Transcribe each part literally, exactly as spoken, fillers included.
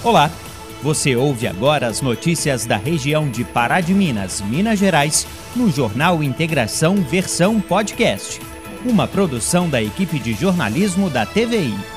Olá, você ouve agora as notícias da região de Pará de Minas, Minas Gerais, no Jornal Integração versão podcast, uma produção da equipe de jornalismo da T V I.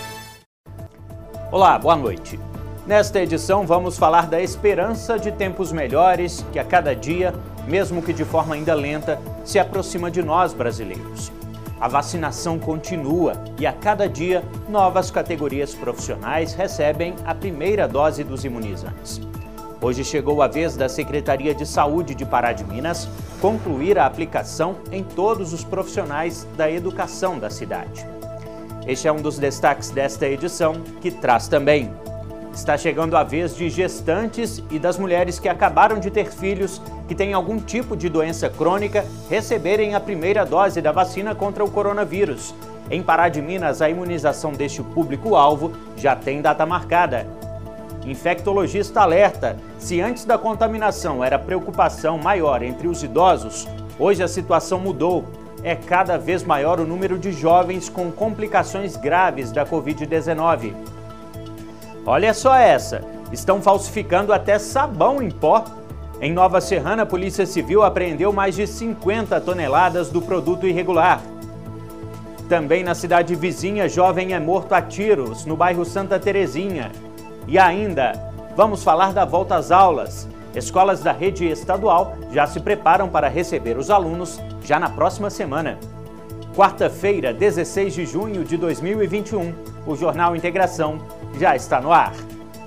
Olá, boa noite. Nesta edição vamos falar da esperança de tempos melhores que a cada dia, mesmo que de forma ainda lenta, se aproxima de nós brasileiros. A vacinação continua e a cada dia novas categorias profissionais recebem a primeira dose dos imunizantes. Hoje chegou a vez da Secretaria de Saúde de Pará de Minas concluir a aplicação em todos os profissionais da educação da cidade. Este é um dos destaques desta edição, que traz também: está chegando a vez de gestantes e das mulheres que acabaram de ter filhos que têm algum tipo de doença crônica receberem a primeira dose da vacina contra o coronavírus. Em Pará de Minas, a imunização deste público-alvo já tem data marcada. Infectologista alerta: se antes da contaminação era preocupação maior entre os idosos, hoje a situação mudou. É cada vez maior o número de jovens com complicações graves da covid dezenove. Olha só essa, estão falsificando até sabão em pó. Em Nova Serrana, a Polícia Civil apreendeu mais de cinquenta toneladas do produto irregular. Também na cidade vizinha, jovem é morto a tiros, no bairro Santa Terezinha. E ainda, vamos falar da volta às aulas. Escolas da rede estadual já se preparam para receber os alunos já na próxima semana. Quarta-feira, dezesseis de junho de dois mil e vinte e um, o Jornal Integração já está no ar.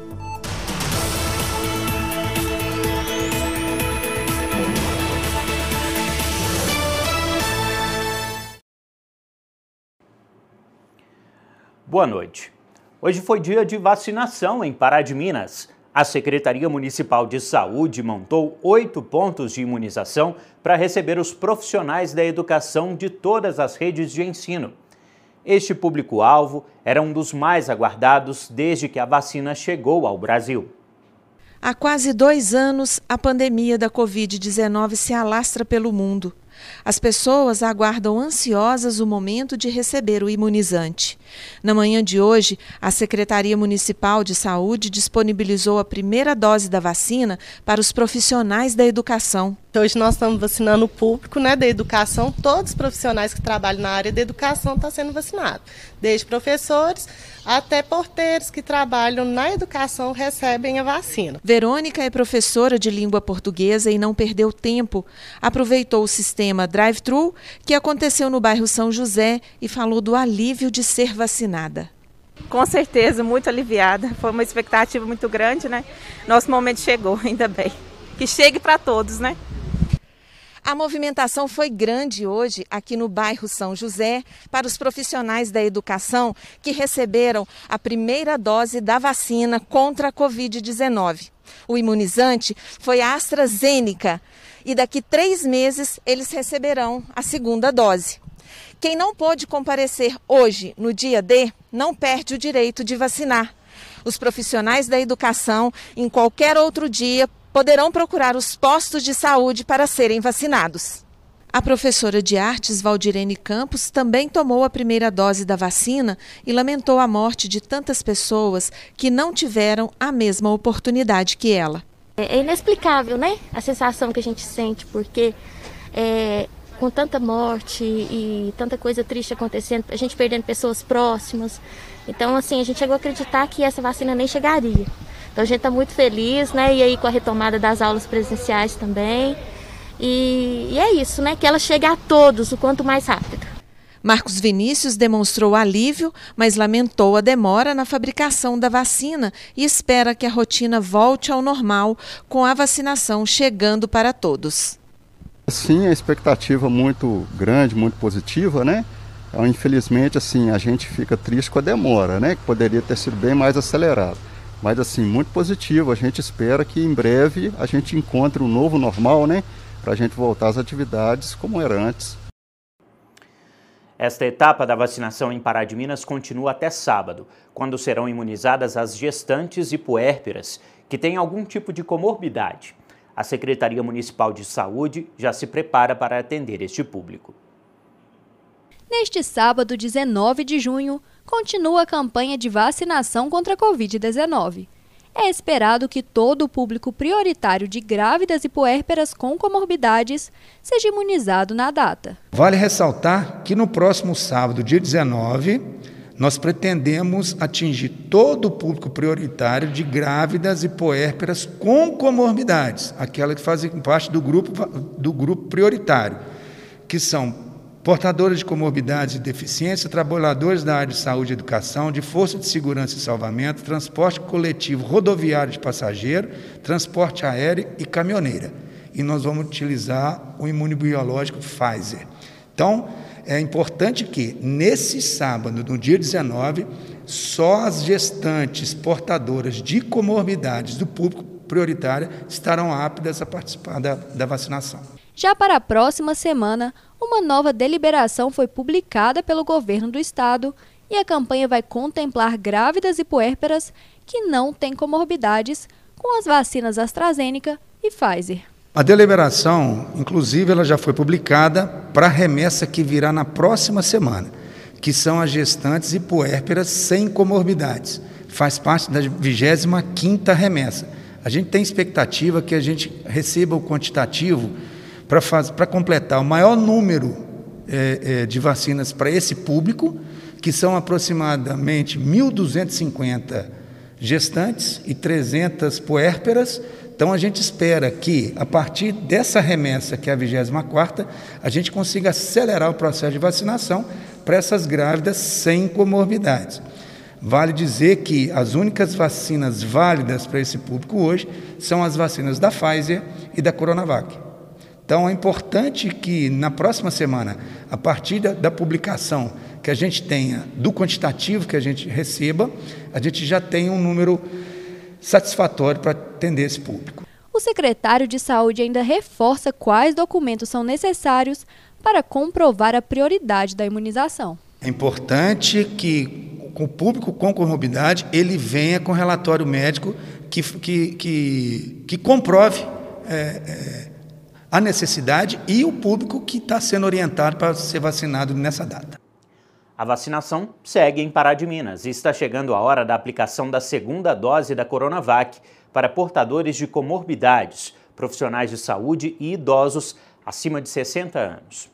Boa noite. Hoje foi dia de vacinação em Pará de Minas. A Secretaria Municipal de Saúde montou oito pontos de imunização para receber os profissionais da educação de todas as redes de ensino. Este público-alvo era um dos mais aguardados desde que a vacina chegou ao Brasil. Há quase dois anos, a pandemia da covid dezenove se alastra pelo mundo. As pessoas aguardam ansiosas o momento de receber o imunizante. Na manhã de hoje, a Secretaria Municipal de Saúde disponibilizou a primeira dose da vacina para os profissionais da educação. Hoje nós estamos vacinando o público, né, da educação. Todos os profissionais que trabalham na área da educação estão sendo vacinados. Desde professores até porteiros que trabalham na educação recebem a vacina. Verônica é professora de língua portuguesa e não perdeu tempo. Aproveitou o sistema drive-thru que aconteceu no bairro São José e falou do alívio de ser vacinada. Com certeza, muito aliviada. Foi uma expectativa muito grande, né? Nosso momento chegou, ainda bem. Que chegue para todos, né? A movimentação foi grande hoje aqui no bairro São José para os profissionais da educação que receberam a primeira dose da vacina contra a covid dezenove. O imunizante foi a AstraZeneca e daqui três meses eles receberão a segunda dose. Quem não pôde comparecer hoje, no dia D, não perde o direito de vacinar. Os profissionais da educação, em qualquer outro dia, poderão procurar os postos de saúde para serem vacinados. A professora de artes Valdirene Campos também tomou a primeira dose da vacina e lamentou a morte de tantas pessoas que não tiveram a mesma oportunidade que ela. É inexplicável, né? A sensação que a gente sente, porque é, com tanta morte e tanta coisa triste acontecendo, a gente perdendo pessoas próximas. Então, assim, a gente chegou a acreditar que essa vacina nem chegaria. Então a gente está muito feliz, né? E aí com a retomada das aulas presenciais também. E, e é isso, né? Que ela chegue a todos o quanto mais rápido. Marcos Vinícius demonstrou alívio, mas lamentou a demora na fabricação da vacina e espera que a rotina volte ao normal com a vacinação chegando para todos. Sim, a expectativa muito grande, muito positiva, né? Infelizmente, assim, a gente fica triste com a demora, né? Que poderia ter sido bem mais acelerado. Mas assim, muito positivo, a gente espera que em breve a gente encontre um novo normal, né? Para a gente voltar às atividades como era antes. Esta etapa da vacinação em Pará de Minas continua até sábado, quando serão imunizadas as gestantes e puérperas que têm algum tipo de comorbidade. A Secretaria Municipal de Saúde já se prepara para atender este público. Neste sábado, dezenove de junho, continua a campanha de vacinação contra a covid dezenove. é esperado que todo o público prioritário de grávidas e puérperas com comorbidades seja imunizado na data. Vale ressaltar que no próximo sábado, dia dezenove, nós pretendemos atingir todo o público prioritário de grávidas e puérperas com comorbidades, aquelas que fazem parte do grupo, do grupo prioritário, que são portadores de comorbidades e deficiência, trabalhadores da área de saúde e educação, de força de segurança e salvamento, transporte coletivo rodoviário de passageiro, transporte aéreo e caminhoneira. E nós vamos utilizar o imunobiológico Pfizer. Então, é importante que, nesse sábado, no dia dezenove, só as gestantes portadoras de comorbidades do público prioritário estarão aptas a participar da, da vacinação. Já para a próxima semana, uma nova deliberação foi publicada pelo governo do estado e a campanha vai contemplar grávidas e puérperas que não têm comorbidades com as vacinas AstraZeneca e Pfizer. A deliberação, inclusive, ela já foi publicada para a remessa que virá na próxima semana, que são as gestantes e puérperas sem comorbidades. Faz parte da vigésima quinta remessa. A gente tem expectativa que a gente receba o quantitativo para para completar o maior número é, é, de vacinas para esse público, que são aproximadamente mil duzentas e cinquenta gestantes e trezentas puérperas. Então, a gente espera que, a partir dessa remessa, que é a vigésima quarta, a gente consiga acelerar o processo de vacinação para essas grávidas sem comorbidades. Vale dizer que as únicas vacinas válidas para esse público hoje são as vacinas da Pfizer e da Coronavac. Então, é importante que, na próxima semana, a partir da, da publicação que a gente tenha, do quantitativo que a gente receba, a gente já tenha um número satisfatório para atender esse público. O secretário de Saúde ainda reforça quais documentos são necessários para comprovar a prioridade da imunização. É importante que o público com comorbidade ele venha com relatório médico que, que, que, que comprove é, é, a necessidade e o público que está sendo orientado para ser vacinado nessa data. A vacinação segue em Pará de Minas e está chegando a hora da aplicação da segunda dose da Coronavac para portadores de comorbidades, profissionais de saúde e idosos acima de sessenta anos.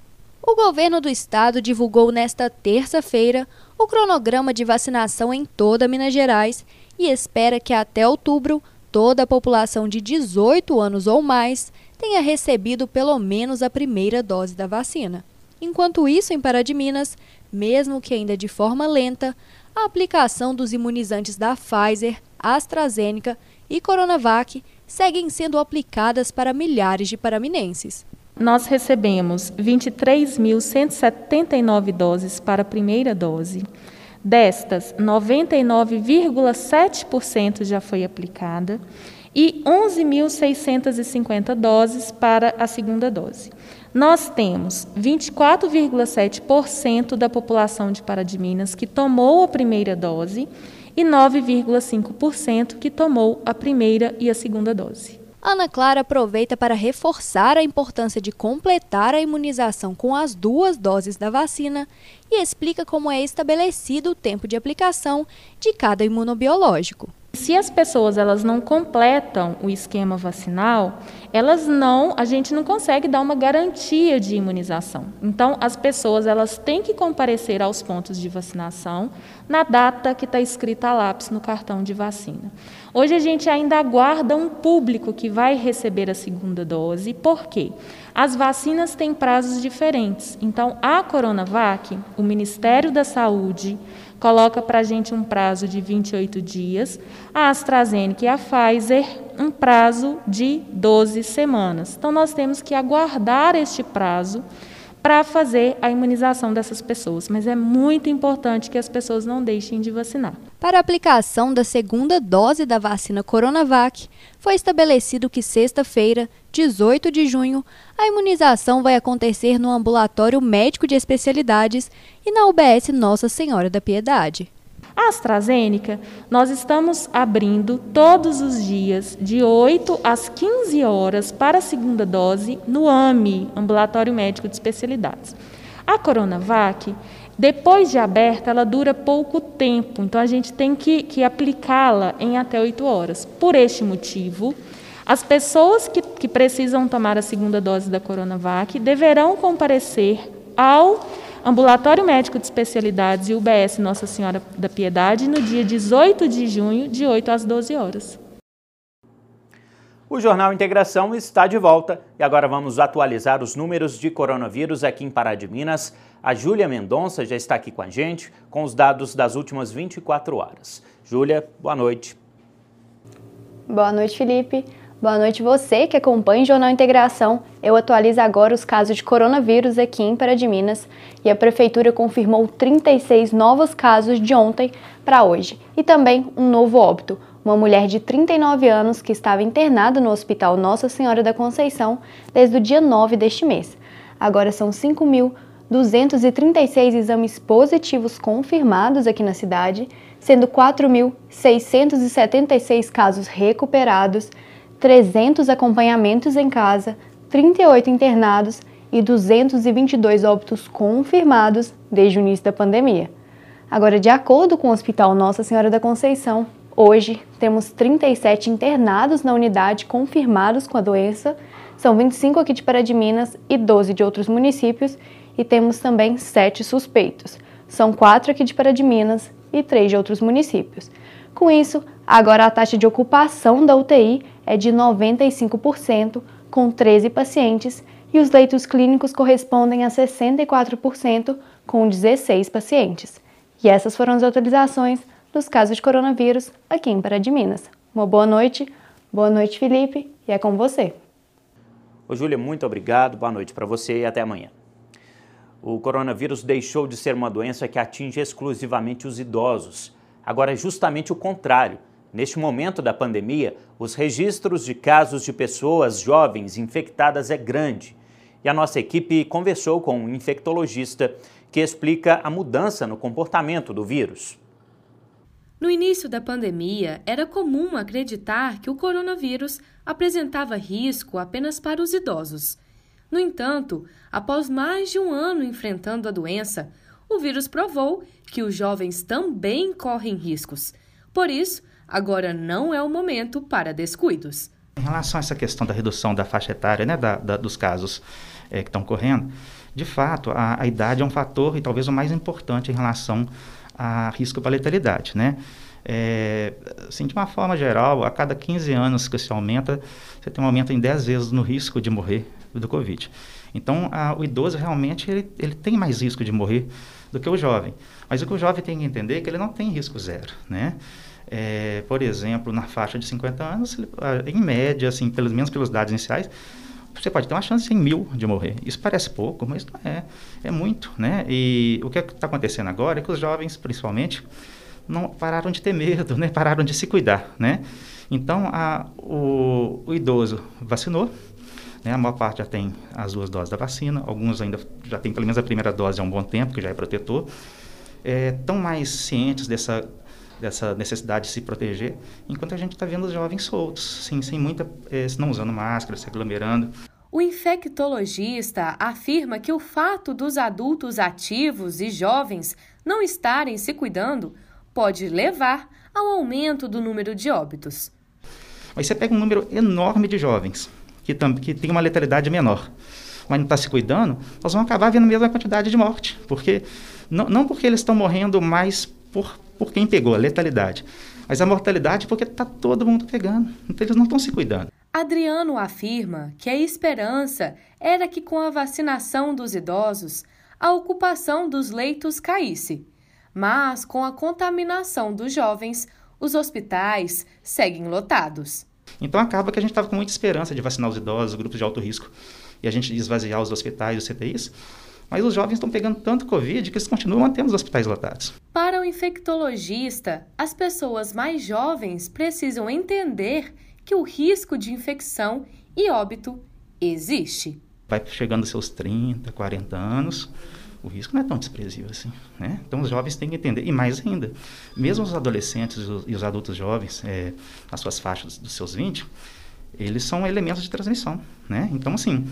O governo do estado divulgou nesta terça-feira o cronograma de vacinação em toda Minas Gerais e espera que até outubro toda a população de dezoito anos ou mais tenha recebido pelo menos a primeira dose da vacina. Enquanto isso, em Pará de Minas, mesmo que ainda de forma lenta, a aplicação dos imunizantes da Pfizer, AstraZeneca e Coronavac seguem sendo aplicadas para milhares de paraminenses. Nós recebemos vinte e três mil cento e setenta e nove doses para a primeira dose. Destas, noventa e nove vírgula sete por cento já foi aplicada e onze mil seiscentas e cinquenta doses para a segunda dose. Nós temos vinte e quatro vírgula sete por cento da população de Pará de Minas que tomou a primeira dose e nove vírgula cinco por cento que tomou a primeira e a segunda dose. Ana Clara aproveita para reforçar a importância de completar a imunização com as duas doses da vacina e explica como é estabelecido o tempo de aplicação de cada imunobiológico. Se as pessoas elas não completam o esquema vacinal, elas não, a gente não consegue dar uma garantia de imunização. Então, as pessoas elas têm que comparecer aos pontos de vacinação na data que está escrita a lápis no cartão de vacina. Hoje a gente ainda aguarda um público que vai receber a segunda dose. Por quê? As vacinas têm prazos diferentes. Então, a Coronavac, o Ministério da Saúde coloca para a gente um prazo de vinte e oito dias, a AstraZeneca e a Pfizer um prazo de doze semanas. Então, nós temos que aguardar este prazo para fazer a imunização dessas pessoas, mas é muito importante que as pessoas não deixem de vacinar. Para a aplicação da segunda dose da vacina Coronavac, foi estabelecido que sexta-feira, dezoito de junho, a imunização vai acontecer no Ambulatório Médico de Especialidades e na U B S Nossa Senhora da Piedade. A AstraZeneca, nós estamos abrindo todos os dias, de oito às quinze horas, para a segunda dose no A M E, Ambulatório Médico de Especialidades. A Coronavac, Depois de aberta, ela dura pouco tempo, então a gente tem que, que aplicá-la em até oito horas. Por este motivo, as pessoas que, que precisam tomar a segunda dose da Coronavac deverão comparecer ao Ambulatório Médico de Especialidades e U B S Nossa Senhora da Piedade no dia dezoito de junho, de oito às doze horas. O Jornal Integração está de volta e agora vamos atualizar os números de coronavírus aqui em Pará de Minas. A Júlia Mendonça já está aqui com a gente com os dados das últimas vinte e quatro horas. Júlia, boa noite. Boa noite, Felipe. Boa noite você que acompanha o Jornal Integração. Eu atualizo agora os casos de coronavírus aqui em Pará de Minas e a Prefeitura confirmou trinta e seis novos casos de ontem para hoje e também um novo óbito. Uma mulher de trinta e nove anos que estava internada no Hospital Nossa Senhora da Conceição desde o dia nove deste mês. Agora são cinco mil duzentos e trinta e seis exames positivos confirmados aqui na cidade, sendo quatro mil seiscentos e setenta e seis casos recuperados, trezentos acompanhamentos em casa, trinta e oito internados e duzentos e vinte e dois óbitos confirmados desde o início da pandemia. Agora, de acordo com o Hospital Nossa Senhora da Conceição, hoje temos trinta e sete internados na unidade confirmados com a doença, são vinte e cinco aqui de Pará de Minas e doze de outros municípios, e temos também sete suspeitos. São quatro aqui de Pará de Minas e três de outros municípios. Com isso, agora a taxa de ocupação da U T I é de noventa e cinco por cento, com treze pacientes, e os leitos clínicos correspondem a sessenta e quatro por cento, com dezesseis pacientes. E essas foram as atualizações dos casos de coronavírus aqui em Pará de Minas. Uma boa noite, boa noite, Felipe, e é com você. Ô, Júlia, muito obrigado, boa noite para você e até amanhã. O coronavírus deixou de ser uma doença que atinge exclusivamente os idosos. Agora é justamente o contrário. Neste momento da pandemia, os registros de casos de pessoas jovens infectadas é grande. E a nossa equipe conversou com um infectologista que explica a mudança no comportamento do vírus. No início da pandemia, era comum acreditar que o coronavírus apresentava risco apenas para os idosos. No entanto, após mais de um ano enfrentando a doença, o vírus provou que os jovens também correm riscos. Por isso, agora não é o momento para descuidos. Em relação a essa questão da redução da faixa etária, né, da, da, dos casos é, que estão correndo, de fato, a, a idade é um fator e talvez o mais importante em relação a risco para letalidade, né? É, assim, de uma forma geral, a cada quinze anos que se aumenta, você tem um aumento em dez vezes no risco de morrer do Covid. Então, a, o idoso realmente ele, ele tem mais risco de morrer do que o jovem. Mas o que o jovem tem que entender é que ele não tem risco zero, né? É, por exemplo, na faixa de cinquenta anos, ele, em média, assim, pelo menos pelos dados iniciais, você pode ter uma chance em mil de morrer. Isso parece pouco, mas não é. É muito, né? E o que está acontecendo agora é que os jovens, principalmente, não pararam de ter medo, né? Pararam de se cuidar, né? Então, a, o, o idoso vacinou, né? A maior parte já tem as duas doses da vacina, alguns ainda já tem pelo menos a primeira dose há um bom tempo, que já é protetor. Estão é, mais cientes dessa, dessa necessidade de se proteger, enquanto a gente está vendo os jovens soltos, assim, sem muita, é, não usando máscara, se aglomerando. O infectologista afirma que o fato dos adultos ativos e jovens não estarem se cuidando pode levar ao aumento do número de óbitos. Mas você pega um número enorme de jovens que, tam, que tem uma letalidade menor, mas não está se cuidando, nós vamos acabar vendo a mesma quantidade de morte, porque não, não porque eles estão morrendo mais por, por quem pegou a letalidade, mas a mortalidade porque está todo mundo pegando, então eles não estão se cuidando. Adriano afirma que a esperança era que com a vacinação dos idosos, a ocupação dos leitos caísse. Mas, com a contaminação dos jovens, os hospitais seguem lotados. Então, acaba que a gente estava com muita esperança de vacinar os idosos, grupos de alto risco, e a gente esvaziar os hospitais, os C T Is, mas os jovens estão pegando tanto Covid que eles continuam mantendo os hospitais lotados. Para o infectologista, as pessoas mais jovens precisam entender que o risco de infecção e óbito existe. Vai chegando aos seus trinta, quarenta anos, o risco não é tão desprezível assim, né? Então os jovens têm que entender, e mais ainda, mesmo os adolescentes e os, e os adultos jovens, é, nas suas faixas dos seus vinte, eles são elementos de transmissão, né? Então assim,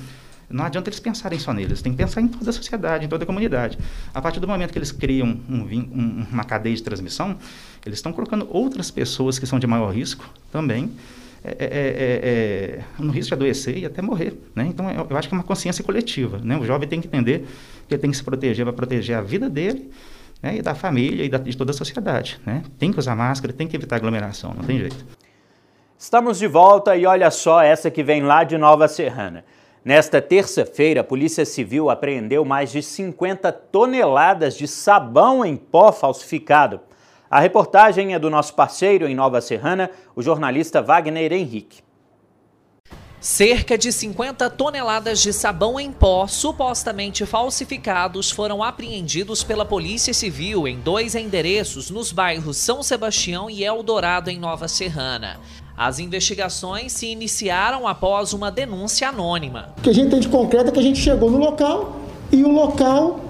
Não adianta eles pensarem só neles, tem que pensar em toda a sociedade, em toda a comunidade. A partir do momento que eles criam um, um, uma cadeia de transmissão, eles estão colocando outras pessoas que são de maior risco também é, é, é, é, no risco de adoecer e até morrer, né? Então, eu, eu acho que é uma consciência coletiva, né? O jovem tem que entender que ele tem que se proteger para proteger a vida dele, né? E da família e da, de toda a sociedade, né? Tem que usar máscara, tem que evitar aglomeração, não tem jeito. Estamos de volta e olha só essa que vem lá de Nova Serrana. Nesta terça-feira, a Polícia Civil apreendeu mais de cinquenta toneladas de sabão em pó falsificado. A reportagem é do nosso parceiro em Nova Serrana, o jornalista Wagner Henrique. Cerca de cinquenta toneladas de sabão em pó supostamente falsificados foram apreendidos pela Polícia Civil em dois endereços nos bairros São Sebastião e Eldorado, em Nova Serrana. As investigações se iniciaram após uma denúncia anônima. O que a gente tem de concreto é que a gente chegou no local e o local,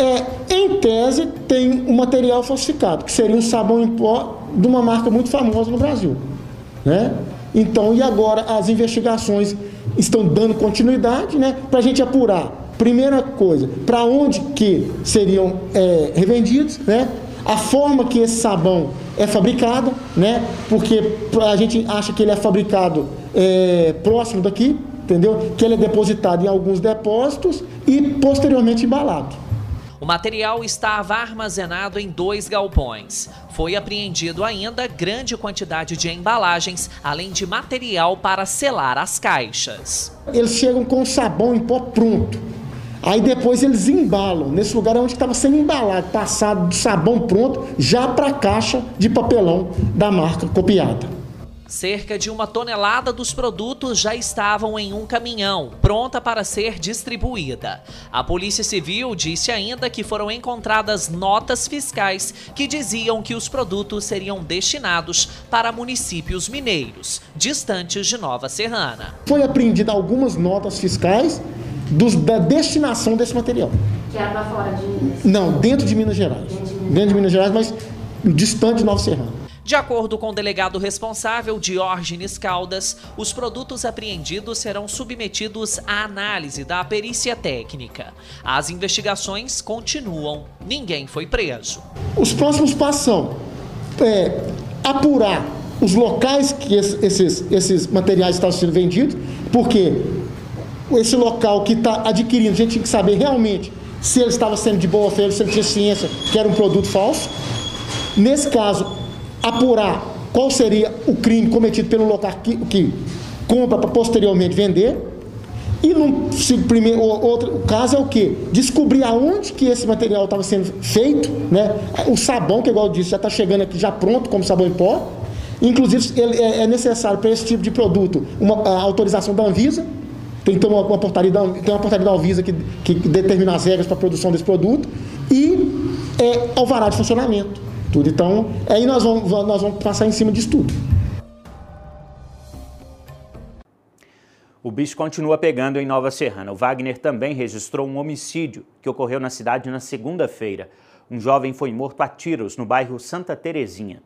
é, em tese, tem um material falsificado, que seria um sabão em pó de uma marca muito famosa no Brasil, né? Então, e agora as investigações estão dando continuidade, né, para a gente apurar, primeira coisa, para onde que seriam é, revendidos, né? A forma que esse sabão é fabricado, né? Porque a gente acha que ele é fabricado é, próximo daqui, entendeu? Que ele é depositado em alguns depósitos e posteriormente embalado. O material estava armazenado em dois galpões. Foi apreendido ainda grande quantidade de embalagens, além de material para selar as caixas. Eles chegam com o sabão em pó pronto. Aí depois eles embalam, nesse lugar onde estava sendo embalado, passado do sabão pronto, já para a caixa de papelão da marca copiada. Cerca de uma tonelada dos produtos já estavam em um caminhão, pronta para ser distribuída. A Polícia Civil disse ainda que foram encontradas notas fiscais que diziam que os produtos seriam destinados para municípios mineiros, distantes de Nova Serrana. Foi apreendida algumas notas fiscais Dos, da destinação desse material. Que era para fora de Minas? Não, dentro de Minas Gerais. Dentro de Minas, dentro de Minas Gerais, mas distante de Nova Serrana. De acordo com o delegado responsável, Diógenes Caldas, os produtos apreendidos serão submetidos à análise da perícia técnica. As investigações continuam, ninguém foi preso. Os próximos passos são é, apurar os locais que esses, esses materiais estão sendo vendidos, porque esse local que está adquirindo, a gente tinha que saber realmente se ele estava sendo de boa fé, se ele tinha ciência que era um produto falso. Nesse caso, apurar qual seria o crime cometido pelo local que, que compra para posteriormente vender. E no se, primeiro, outro o caso é o quê? Descobrir aonde que esse material estava sendo feito, né? O sabão, que igual eu disse, já está chegando aqui já pronto como sabão em pó. Inclusive, ele é, é necessário para esse tipo de produto uma a autorização da Anvisa. Tem que ter uma, uma, portaria da, tem uma portaria da Anvisa que, que determina as regras para a produção desse produto e é, alvará de funcionamento. Tudo. Então, aí nós vamos, nós vamos passar em cima disso tudo. O bicho continua pegando em Nova Serrana. O Wagner também registrou um homicídio que ocorreu na cidade na segunda-feira. Um jovem foi morto a tiros no bairro Santa Terezinha.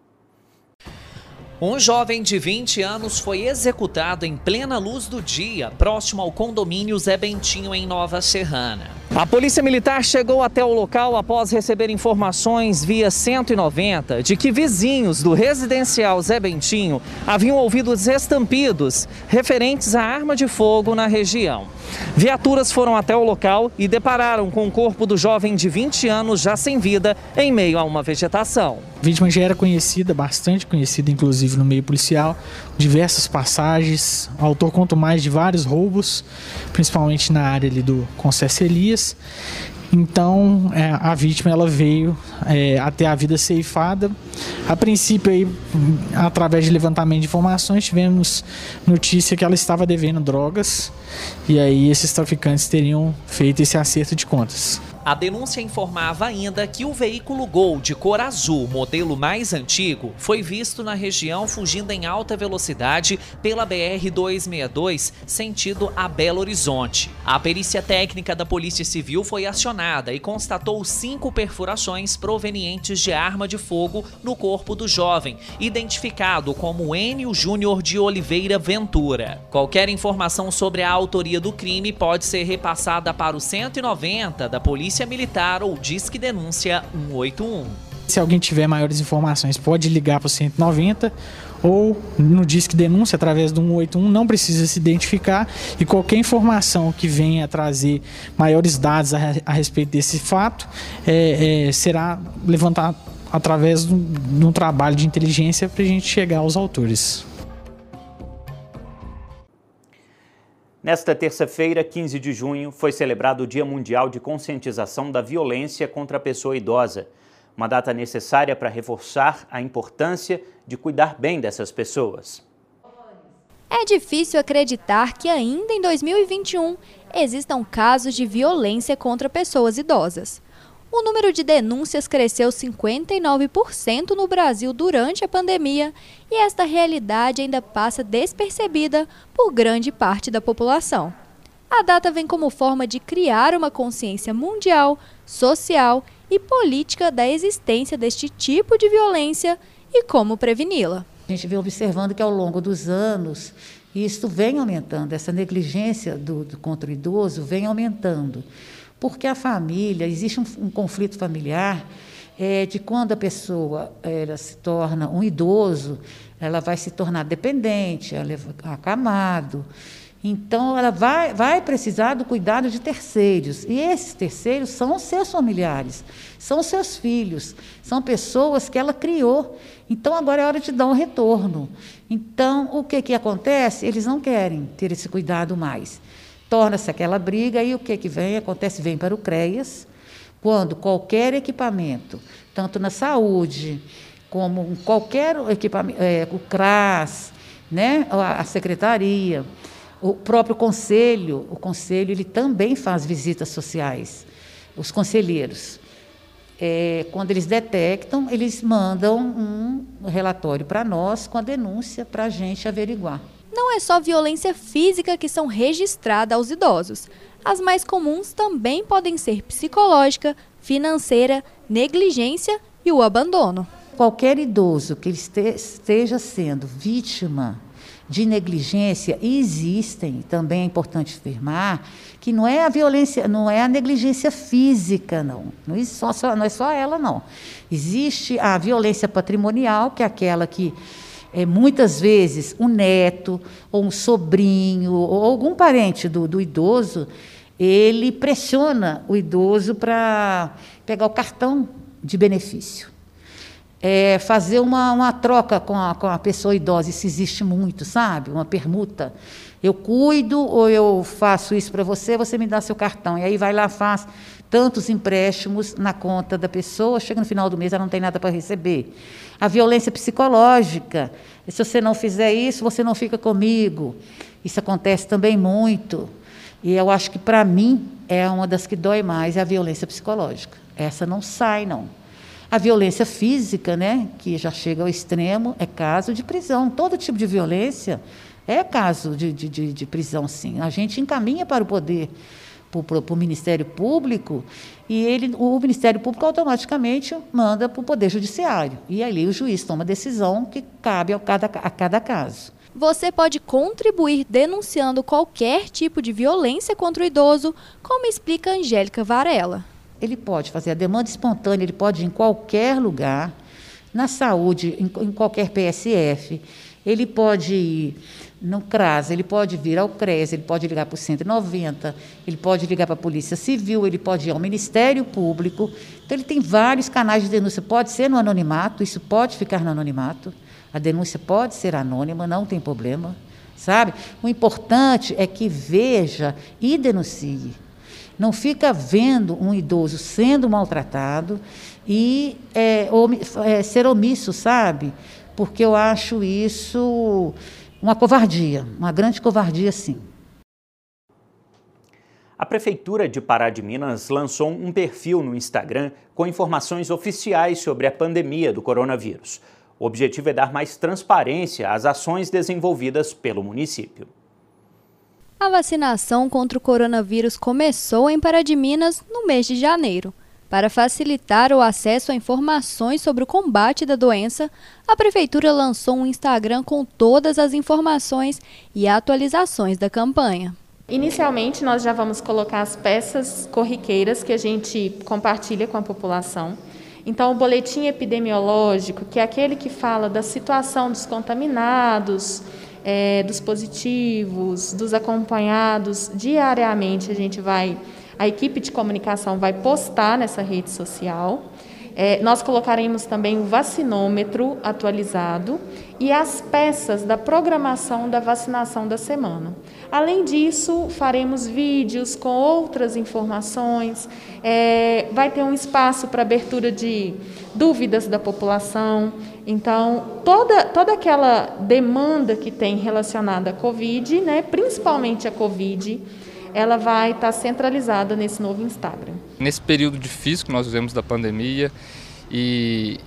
Um jovem de vinte anos foi executado em plena luz do dia, próximo ao condomínio Zé Bentinho, em Nova Serrana. A polícia militar chegou até o local após receber informações via cento e noventa de que vizinhos do residencial Zé Bentinho haviam ouvido estampidos referentes à arma de fogo na região. Viaturas foram até o local e depararam com o corpo do jovem de vinte anos já sem vida em meio a uma vegetação. A vítima já era conhecida, bastante conhecida, inclusive no meio policial, diversas passagens. O autor conta mais de vários roubos, principalmente na área ali do Conceição Elias. Então, é, a vítima ela veio é, até a vida ceifada. A princípio, aí, através de levantamento de informações, tivemos notícia que ela estava devendo drogas. E aí, esses traficantes teriam feito esse acerto de contas. A denúncia informava ainda que o veículo Gol de cor azul, modelo mais antigo, foi visto na região fugindo em alta velocidade pela B R duzentos e sessenta e dois, sentido a Belo Horizonte. A perícia técnica da Polícia Civil foi acionada e constatou cinco perfurações provenientes de arma de fogo no corpo do jovem, identificado como Enio Júnior de Oliveira Ventura. Qualquer informação sobre a autoria do crime pode ser repassada para o cento e noventa da Polícia Militar ou Disque Denúncia cento e oitenta e um. Se alguém tiver maiores informações, pode ligar para o cento e noventa ou no Disque Denúncia através do cento e oitenta e um, não precisa se identificar, e qualquer informação que venha trazer maiores dados a, a respeito desse fato é, é, será levantada através de um trabalho de inteligência para a gente chegar aos autores. Nesta terça-feira, quinze de junho, foi celebrado o Dia Mundial de Conscientização da Violência contra a Pessoa Idosa, uma data necessária para reforçar a importância de cuidar bem dessas pessoas. É difícil acreditar que ainda em dois mil e vinte e um existam casos de violência contra pessoas idosas. O número de denúncias cresceu cinquenta e nove por cento no Brasil durante a pandemia e esta realidade ainda passa despercebida por grande parte da população. A data vem como forma de criar uma consciência mundial, social e política da existência deste tipo de violência e como preveni-la. A gente vem observando que ao longo dos anos isso vem aumentando, essa negligência do, do contra o idoso vem aumentando. Porque a família, existe um, um conflito familiar é, de quando a pessoa ela se torna um idoso, ela vai se tornar dependente, ela é acamado. Então, ela vai, vai precisar do cuidado de terceiros. E esses terceiros são os seus familiares, são os seus filhos, são pessoas que ela criou. Então, agora é hora de dar um retorno. Então, o que, que acontece? Eles não querem ter esse cuidado mais. Torna-se aquela briga e o que, que vem? Acontece, vem para o CREAS, quando qualquer equipamento, tanto na saúde, como qualquer equipamento, é, o CRAS, né, a, a secretaria, o próprio conselho, o conselho ele também faz visitas sociais, os conselheiros. É, quando eles detectam, eles mandam um relatório para nós com a denúncia para a gente averiguar. Não é só violência física que são registradas aos idosos. As mais comuns também podem ser psicológica, financeira, negligência e o abandono. Qualquer idoso que esteja sendo vítima de negligência, existem, também é importante afirmar, que não é a violência, não é a negligência física, não. Não é só, não é só ela, não. Existe a violência patrimonial, que é aquela que É, muitas vezes, um neto, ou um sobrinho, ou algum parente do, do idoso, ele pressiona o idoso para pegar o cartão de benefício. É, fazer uma, uma troca com a, com a pessoa idosa, isso existe muito, sabe? Uma permuta. Eu cuido ou eu faço isso para você, você me dá seu cartão. E aí vai lá, faz tantos empréstimos na conta da pessoa, chega no final do mês, ela não tem nada para receber. A violência psicológica, se você não fizer isso, você não fica comigo. Isso acontece também muito. E eu acho que, para mim, é uma das que dói mais, é a violência psicológica. Essa não sai, não. A violência física, né, que já chega ao extremo, é caso de prisão. Todo tipo de violência é caso de, de, de, de prisão, sim. A gente encaminha para o poder, para o Ministério Público, e ele, o Ministério Público automaticamente manda para o Poder Judiciário. E ali o juiz toma a decisão que cabe a cada, a cada caso. Você pode contribuir denunciando qualquer tipo de violência contra o idoso, como explica Angélica Varela. Ele pode fazer a demanda espontânea, ele pode ir em qualquer lugar, na saúde, em, em qualquer P S F, ele pode ir no CRAS, ele pode vir ao CREAS, ele pode ligar para o cento e noventa, ele pode ligar para a Polícia Civil, ele pode ir ao Ministério Público. Então, ele tem vários canais de denúncia. Pode ser no anonimato, isso pode ficar no anonimato. A denúncia pode ser anônima, não tem problema, sabe? O importante é que veja e denuncie. Não fica vendo um idoso sendo maltratado e é, om, é, ser omisso, sabe? Porque eu acho isso uma covardia, uma grande covardia, sim. A Prefeitura de Pará de Minas lançou um perfil no Instagram com informações oficiais sobre a pandemia do coronavírus. O objetivo é dar mais transparência às ações desenvolvidas pelo município. A vacinação contra o coronavírus começou em Pará de Minas no mês de janeiro. Para facilitar o acesso a informações sobre o combate da doença, a Prefeitura lançou um Instagram com todas as informações e atualizações da campanha. Inicialmente, nós já vamos colocar as peças corriqueiras que a gente compartilha com a população. Então, o boletim epidemiológico, que é aquele que fala da situação dos contaminados, é, dos positivos, dos acompanhados, diariamente a gente vai, a equipe de comunicação vai postar nessa rede social. É, nós colocaremos também o vacinômetro atualizado e as peças da programação da vacinação da semana. Além disso, faremos vídeos com outras informações, é, vai ter um espaço para abertura de dúvidas da população. Então, toda, toda aquela demanda que tem relacionada à Covid, né, principalmente a Covid, ela vai estar centralizada nesse novo Instagram. Nesse período difícil que nós vivemos da pandemia e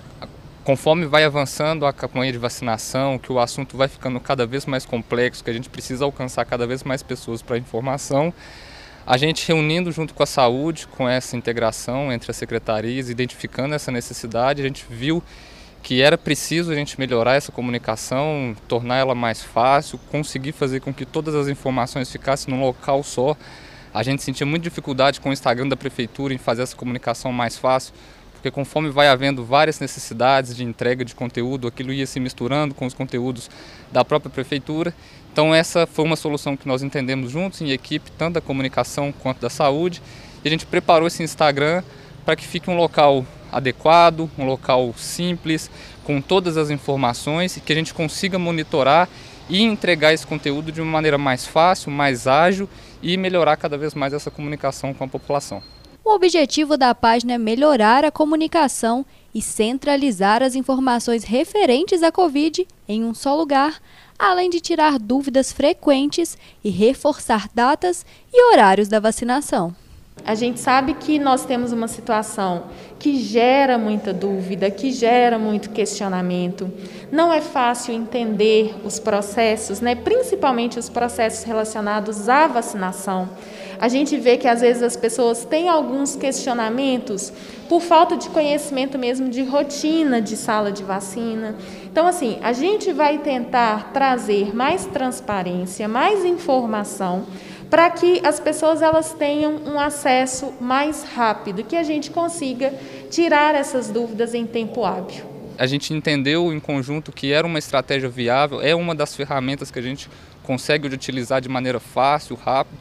conforme vai avançando a campanha de vacinação, que o assunto vai ficando cada vez mais complexo, que a gente precisa alcançar cada vez mais pessoas para a informação, a gente reunindo junto com a saúde, com essa integração entre as secretarias, identificando essa necessidade, a gente viu que era preciso a gente melhorar essa comunicação, tornar ela mais fácil, conseguir fazer com que todas as informações ficassem num local só. A gente sentia muita dificuldade com o Instagram da Prefeitura em fazer essa comunicação mais fácil, porque conforme vai havendo várias necessidades de entrega de conteúdo, aquilo ia se misturando com os conteúdos da própria Prefeitura. Então essa foi uma solução que nós entendemos juntos em equipe, tanto da comunicação quanto da saúde, e a gente preparou esse Instagram para que fique um local adequado, um local simples, com todas as informações e que a gente consiga monitorar e entregar esse conteúdo de uma maneira mais fácil, mais ágil e melhorar cada vez mais essa comunicação com a população. O objetivo da página é melhorar a comunicação e centralizar as informações referentes à Covid em um só lugar, além de tirar dúvidas frequentes e reforçar datas e horários da vacinação. A gente sabe que nós temos uma situação que gera muita dúvida, que gera muito questionamento. Não é fácil entender os processos, né? Principalmente os processos relacionados à vacinação. A gente vê que às vezes as pessoas têm alguns questionamentos por falta de conhecimento mesmo de rotina de sala de vacina. Então, assim, a gente vai tentar trazer mais transparência, mais informação, para que as pessoas elas tenham um acesso mais rápido, que a gente consiga tirar essas dúvidas em tempo hábil. A gente entendeu em conjunto que era uma estratégia viável, é uma das ferramentas que a gente consegue utilizar de maneira fácil, rápida,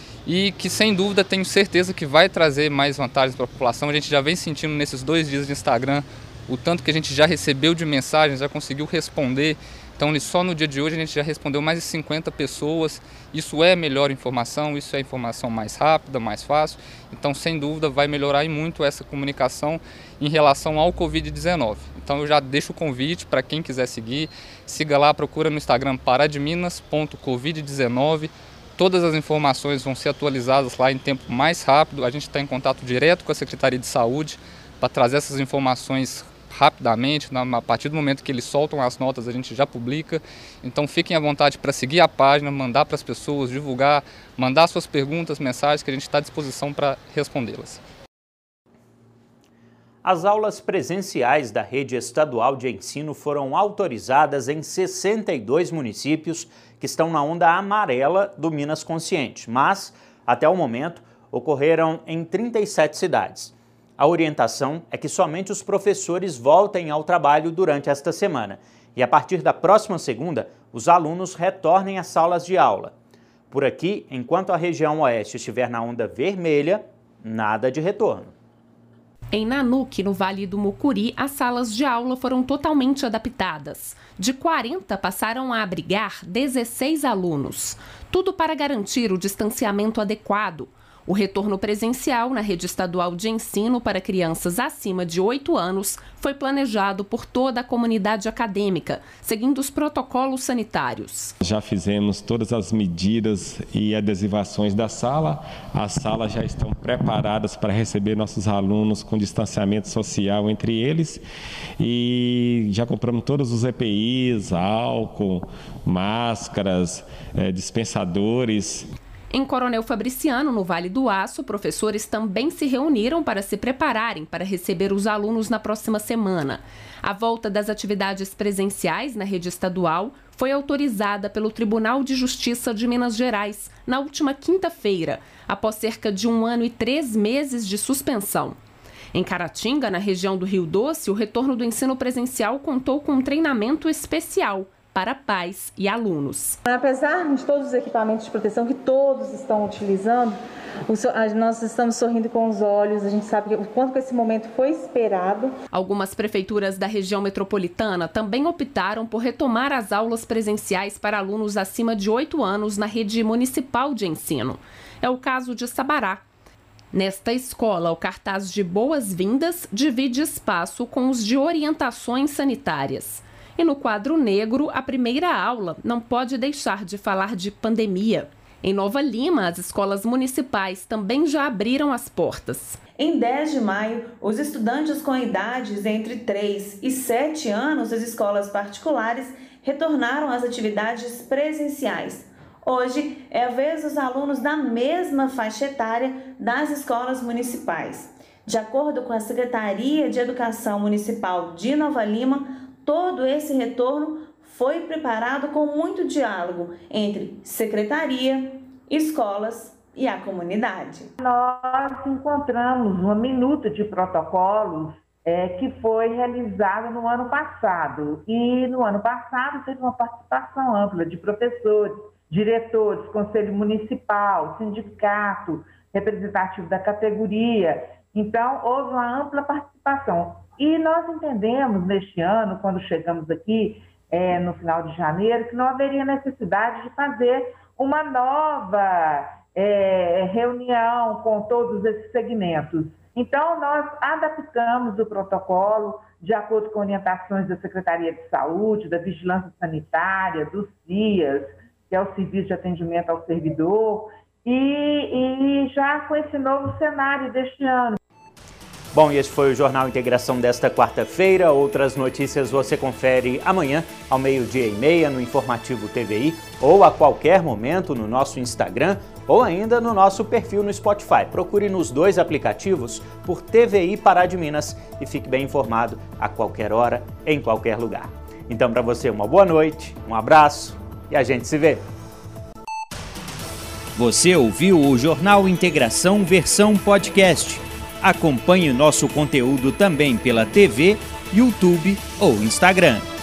e que sem dúvida tenho certeza que vai trazer mais vantagens para a população. A gente já vem sentindo nesses dois dias de Instagram o tanto que a gente já recebeu de mensagens, já conseguiu responder. Então, só no dia de hoje a gente já respondeu mais de cinquenta pessoas. Isso é melhor informação, isso é informação mais rápida, mais fácil. Então, sem dúvida, vai melhorar muito essa comunicação em relação ao covid dezenove. Então, eu já deixo o convite para quem quiser seguir. Siga lá, procura no Instagram paradminas ponto covid dezenove. Todas as informações vão ser atualizadas lá em tempo mais rápido. A gente está em contato direto com a Secretaria de Saúde para trazer essas informações rapidamente. A partir do momento que eles soltam as notas, a gente já publica. Então fiquem à vontade para seguir a página, mandar para as pessoas, divulgar, mandar suas perguntas, mensagens, que a gente está à disposição para respondê-las. As aulas presenciais da rede estadual de ensino foram autorizadas em sessenta e dois municípios que estão na onda amarela do Minas Consciente, mas, até o momento, ocorreram em trinta e sete cidades. A orientação é que somente os professores voltem ao trabalho durante esta semana e, a partir da próxima segunda, os alunos retornem às salas de aula. Por aqui, enquanto a região oeste estiver na onda vermelha, nada de retorno. Em Nanuque, no Vale do Mucuri, as salas de aula foram totalmente adaptadas. De quarenta, passaram a abrigar dezesseis alunos. Tudo para garantir o distanciamento adequado. O retorno presencial na rede estadual de ensino para crianças acima de oito anos foi planejado por toda a comunidade acadêmica, seguindo os protocolos sanitários. Já fizemos todas as medidas e adesivações da sala. As salas já estão preparadas para receber nossos alunos com distanciamento social entre eles e já compramos todos os E P Is, álcool, máscaras, eh, dispensadores. Em Coronel Fabriciano, no Vale do Aço, professores também se reuniram para se prepararem para receber os alunos na próxima semana. A volta das atividades presenciais na rede estadual foi autorizada pelo Tribunal de Justiça de Minas Gerais na última quinta-feira, após cerca de um ano e três meses de suspensão. Em Caratinga, na região do Rio Doce, o retorno do ensino presencial contou com um treinamento especial para pais e alunos. Apesar de todos os equipamentos de proteção que todos estão utilizando, nós estamos sorrindo com os olhos, a gente sabe o quanto que esse momento foi esperado. Algumas prefeituras da região metropolitana também optaram por retomar as aulas presenciais para alunos acima de oito anos na rede municipal de ensino. É o caso de Sabará. Nesta escola, o cartaz de boas-vindas divide espaço com os de orientações sanitárias. E no quadro negro, a primeira aula não pode deixar de falar de pandemia. Em Nova Lima, as escolas municipais também já abriram as portas. Em dez de maio, os estudantes com idades entre três e sete anos das escolas particulares retornaram às atividades presenciais. Hoje é a vez dos alunos da mesma faixa etária das escolas municipais. De acordo com a Secretaria de Educação Municipal de Nova Lima, todo esse retorno foi preparado com muito diálogo entre secretaria, escolas e a comunidade. Nós encontramos uma minuta de protocolos é, que foi realizada no ano passado. E no ano passado teve uma participação ampla de professores, diretores, conselho municipal, sindicato, representativo da categoria. Então, houve uma ampla participação. E nós entendemos neste ano, quando chegamos aqui é, no final de janeiro, que não haveria necessidade de fazer uma nova é, reunião com todos esses segmentos. Então, nós adaptamos o protocolo de acordo com orientações da Secretaria de Saúde, da Vigilância Sanitária, do C I A S, que é o Serviço de Atendimento ao Servidor, e, e já com esse novo cenário deste ano. Bom, e esse foi o Jornal Integração desta quarta-feira. Outras notícias você confere amanhã, ao meio-dia e meia, no Informativo T V I, ou a qualquer momento no nosso Instagram, ou ainda no nosso perfil no Spotify. Procure nos dois aplicativos por T V I Pará de Minas e fique bem informado a qualquer hora, em qualquer lugar. Então, para você, uma boa noite, um abraço e a gente se vê. Você ouviu o Jornal Integração versão podcast. Acompanhe nosso conteúdo também pela T V, YouTube ou Instagram.